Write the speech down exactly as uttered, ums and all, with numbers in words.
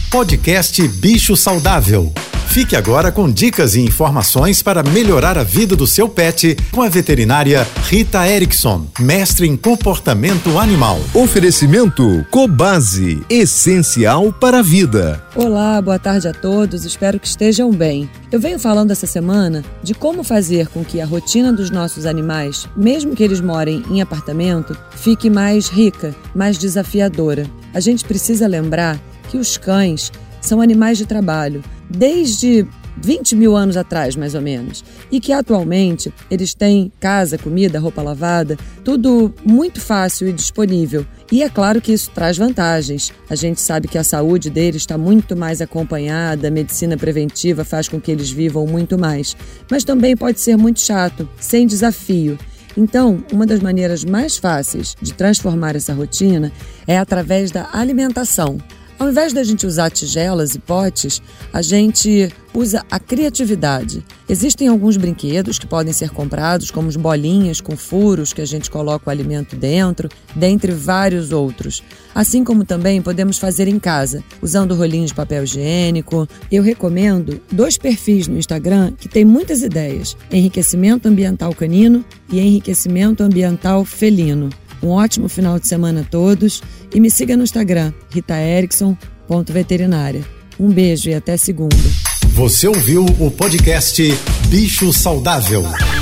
Podcast Bicho Saudável. Fique agora com dicas e informações para melhorar a vida do seu pet com a veterinária Rita Erickson, mestre em comportamento animal. Oferecimento Cobase, essencial para a vida. Olá, boa tarde a todos, espero que estejam bem. Eu venho falando essa semana de como fazer com que a rotina dos nossos animais, mesmo que eles morem em apartamento, fique mais rica, mais desafiadora. A gente precisa lembrar que os cães são animais de trabalho desde vinte mil anos atrás, mais ou menos, e que atualmente eles têm casa, comida, roupa lavada, tudo muito fácil e disponível. E é claro que isso traz vantagens. A gente sabe que a saúde deles está muito mais acompanhada, a medicina preventiva faz com que eles vivam muito mais. Mas também pode ser muito chato, sem desafio. Então, uma das maneiras mais fáceis de transformar essa rotina é através da alimentação. Ao invés da gente usar tigelas e potes, a gente usa a criatividade. Existem alguns brinquedos que podem ser comprados, como as bolinhas com furos que a gente coloca o alimento dentro, dentre vários outros. Assim como também podemos fazer em casa, usando rolinhos de papel higiênico. Eu recomendo dois perfis no Instagram que têm muitas ideias: enriquecimento ambiental canino e enriquecimento ambiental felino. Um ótimo final de semana a todos e me siga no Instagram, rita erickson ponto veterinária. Um beijo e até segunda. Você ouviu o podcast Bicho Saudável.